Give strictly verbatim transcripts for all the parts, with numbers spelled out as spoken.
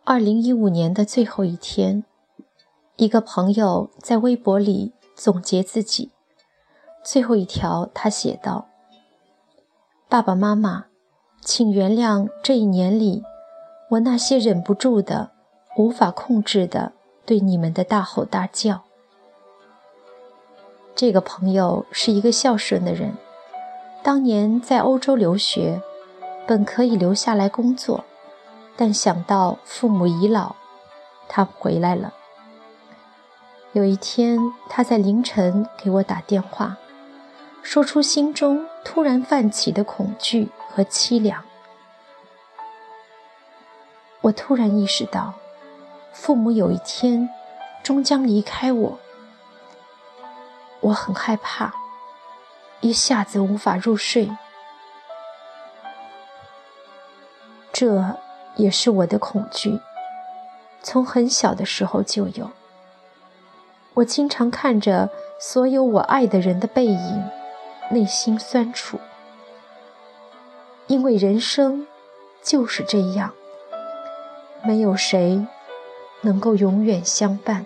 二零一五年的最后一天，一个朋友在微博里总结自己。最后一条他写道：爸爸妈妈，请原谅这一年里我那些忍不住的、无法控制的对你们的大吼大叫。这个朋友是一个孝顺的人，当年在欧洲留学，本可以留下来工作，但想到父母已老，他回来了。有一天，他在凌晨给我打电话，说出心中突然泛起的恐惧和凄凉。我突然意识到，父母有一天终将离开我。我很害怕，一下子无法入睡。这也是我的恐惧，从很小的时候就有。我经常看着所有我爱的人的背影，内心酸楚。因为人生就是这样，没有谁能够永远相伴。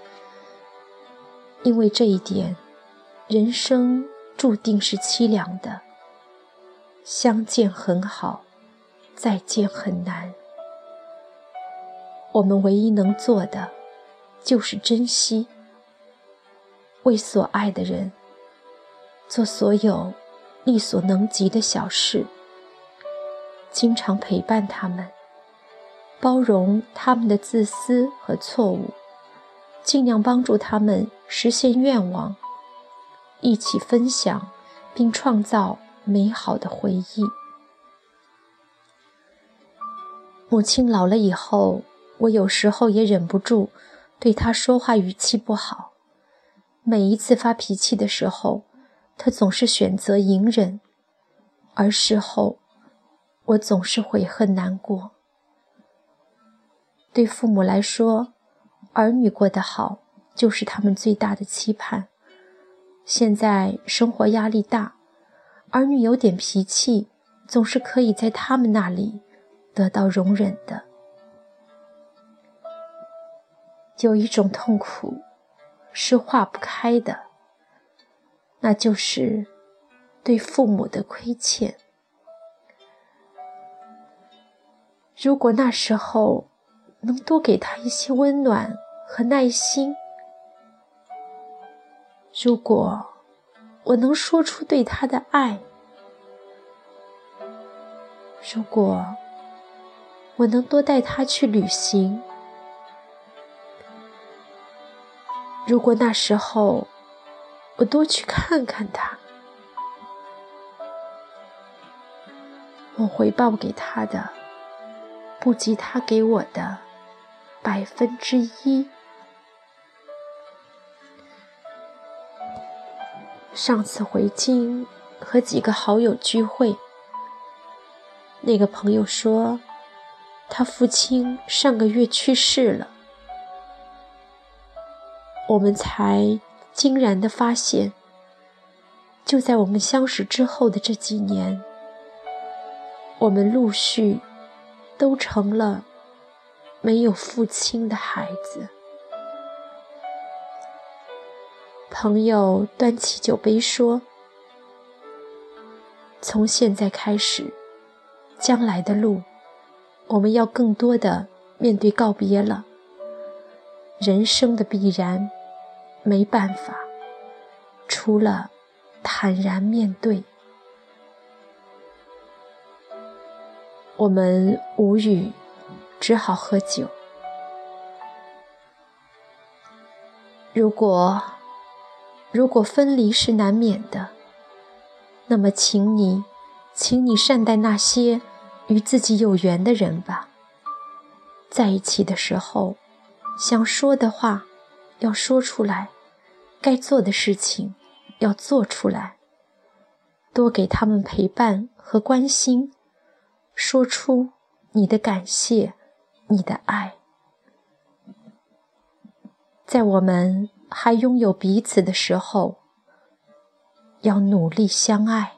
因为这一点，人生注定是凄凉的，相见很好，再见很难。我们唯一能做的就是珍惜，为所爱的人做所有力所能及的小事，经常陪伴他们，包容他们的自私和错误，尽量帮助他们实现愿望，一起分享并创造美好的回忆。母亲老了以后，我有时候也忍不住对她说话语气不好。每一次发脾气的时候，她总是选择隐忍，而事后我总是悔恨难过。对父母来说，儿女过得好就是他们最大的期盼。现在生活压力大，儿女有点脾气，总是可以在他们那里得到容忍的。有一种痛苦是化不开的，那就是对父母的亏欠。如果那时候能多给他一些温暖和耐心，如果我能说出对他的爱，如果我能多带他去旅行，如果那时候我多去看看他，我回报给他的不及他给我的百分之一。上次回京和几个好友聚会，那个朋友说他父亲上个月去世了。我们才惊然地发现，就在我们相识之后的这几年，我们陆续都成了没有父亲的孩子。朋友端起酒杯说，从现在开始，将来的路，我们要更多的面对告别了。人生的必然，没办法，除了坦然面对。我们无语，只好喝酒。如果如果分离是难免的，那么请你请你善待那些与自己有缘的人吧。在一起的时候，想说的话要说出来，该做的事情要做出来，多给他们陪伴和关心，说出你的感谢，你的爱。在我们还拥有彼此的时候，要努力相爱。